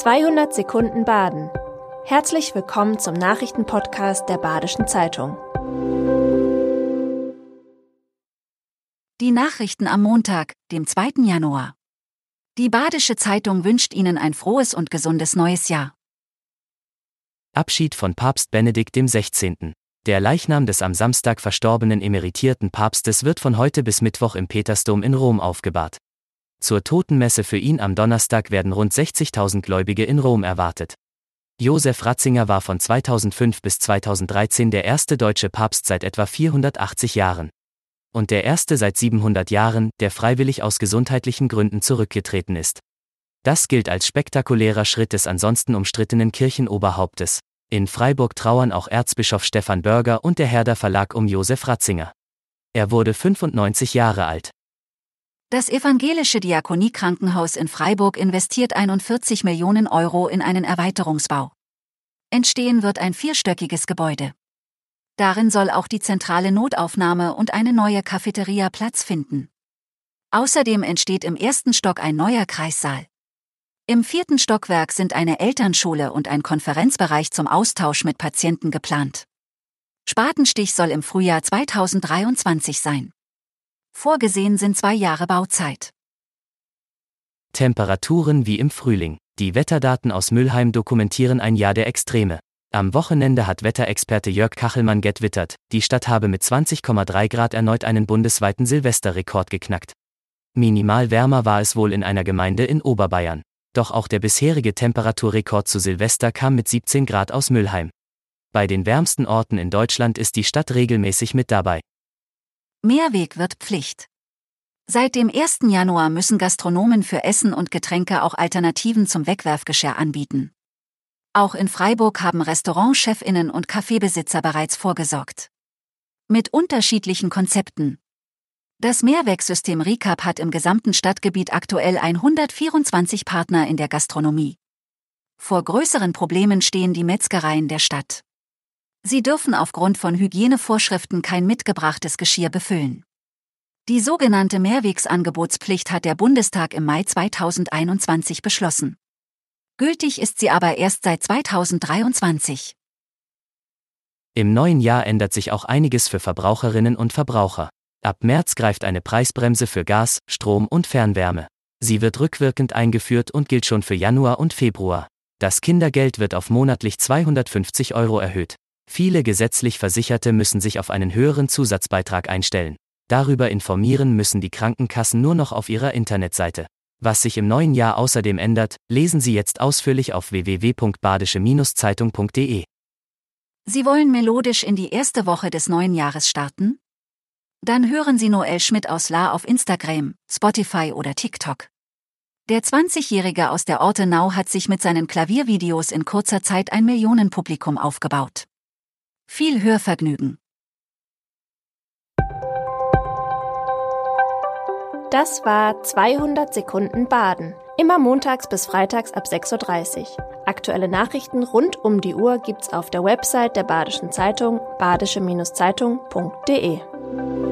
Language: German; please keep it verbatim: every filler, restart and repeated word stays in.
zweihundert Sekunden Baden. Herzlich willkommen zum Nachrichtenpodcast der Badischen Zeitung. Die Nachrichten am Montag, dem zweiten Januar. Die Badische Zeitung wünscht Ihnen ein frohes und gesundes neues Jahr. Abschied von Papst Benedikt der Sechzehnte. Der Leichnam des am Samstag verstorbenen emeritierten Papstes wird von heute bis Mittwoch im Petersdom in Rom aufgebahrt. Zur Totenmesse für ihn am Donnerstag werden rund sechzigtausend Gläubige in Rom erwartet. Josef Ratzinger war von zweitausendfünf bis zweitausenddreizehn der erste deutsche Papst seit etwa vierhundertachtzig Jahren. Und der erste seit siebenhundert Jahren, der freiwillig aus gesundheitlichen Gründen zurückgetreten ist. Das gilt als spektakulärer Schritt des ansonsten umstrittenen Kirchenoberhauptes. In Freiburg trauern auch Erzbischof Stefan Börger und der Herder Verlag um Josef Ratzinger. Er wurde fünfundneunzig Jahre alt. Das evangelische Diakoniekrankenhaus in Freiburg investiert einundvierzig Millionen Euro in einen Erweiterungsbau. Entstehen wird ein vierstöckiges Gebäude. Darin soll auch die zentrale Notaufnahme und eine neue Cafeteria Platz finden. Außerdem entsteht im ersten Stock ein neuer Kreissaal. Im vierten Stockwerk sind eine Elternschule und ein Konferenzbereich zum Austausch mit Patienten geplant. Spatenstich soll im Frühjahr zweitausenddreiundzwanzig sein. Vorgesehen sind zwei Jahre Bauzeit. Temperaturen wie im Frühling. Die Wetterdaten aus Mülheim dokumentieren ein Jahr der Extreme. Am Wochenende hat Wetterexperte Jörg Kachelmann getwittert, die Stadt habe mit zwanzig Komma drei Grad erneut einen bundesweiten Silvesterrekord geknackt. Minimal wärmer war es wohl in einer Gemeinde in Oberbayern. Doch auch der bisherige Temperaturrekord zu Silvester kam mit siebzehn Grad aus Mülheim. Bei den wärmsten Orten in Deutschland ist die Stadt regelmäßig mit dabei. Mehrweg wird Pflicht. Seit dem ersten Januar müssen Gastronomen für Essen und Getränke auch Alternativen zum Wegwerfgeschirr anbieten. Auch in Freiburg haben Restaurantchefinnen und Kaffeebesitzer bereits vorgesorgt. Mit unterschiedlichen Konzepten. Das Mehrwegsystem Recap hat im gesamten Stadtgebiet aktuell hundertvierundzwanzig Partner in der Gastronomie. Vor größeren Problemen stehen die Metzgereien der Stadt. Sie dürfen aufgrund von Hygienevorschriften kein mitgebrachtes Geschirr befüllen. Die sogenannte Mehrwegsangebotspflicht hat der Bundestag im Mai zweitausendeinundzwanzig beschlossen. Gültig ist sie aber erst seit zweitausenddreiundzwanzig. Im neuen Jahr ändert sich auch einiges für Verbraucherinnen und Verbraucher. Ab März greift eine Preisbremse für Gas, Strom und Fernwärme. Sie wird rückwirkend eingeführt und gilt schon für Januar und Februar. Das Kindergeld wird auf monatlich zweihundertfünfzig Euro erhöht. Viele gesetzlich Versicherte müssen sich auf einen höheren Zusatzbeitrag einstellen. Darüber informieren müssen die Krankenkassen nur noch auf ihrer Internetseite. Was sich im neuen Jahr außerdem ändert, lesen Sie jetzt ausführlich auf w w w punkt badische Zeitung punkt d e. Sie wollen melodisch in die erste Woche des neuen Jahres starten? Dann hören Sie Noel Schmidt aus Lahr auf Instagram, Spotify oder TikTok. Der zwanzigjährige aus der Ortenau hat sich mit seinen Klaviervideos in kurzer Zeit ein Millionenpublikum aufgebaut. Viel Hörvergnügen. Das war zweihundert Sekunden Baden. Immer montags bis freitags ab sechs Uhr dreißig. Aktuelle Nachrichten rund um die Uhr gibt's auf der Website der Badischen Zeitung badische Zeitung punkt d e.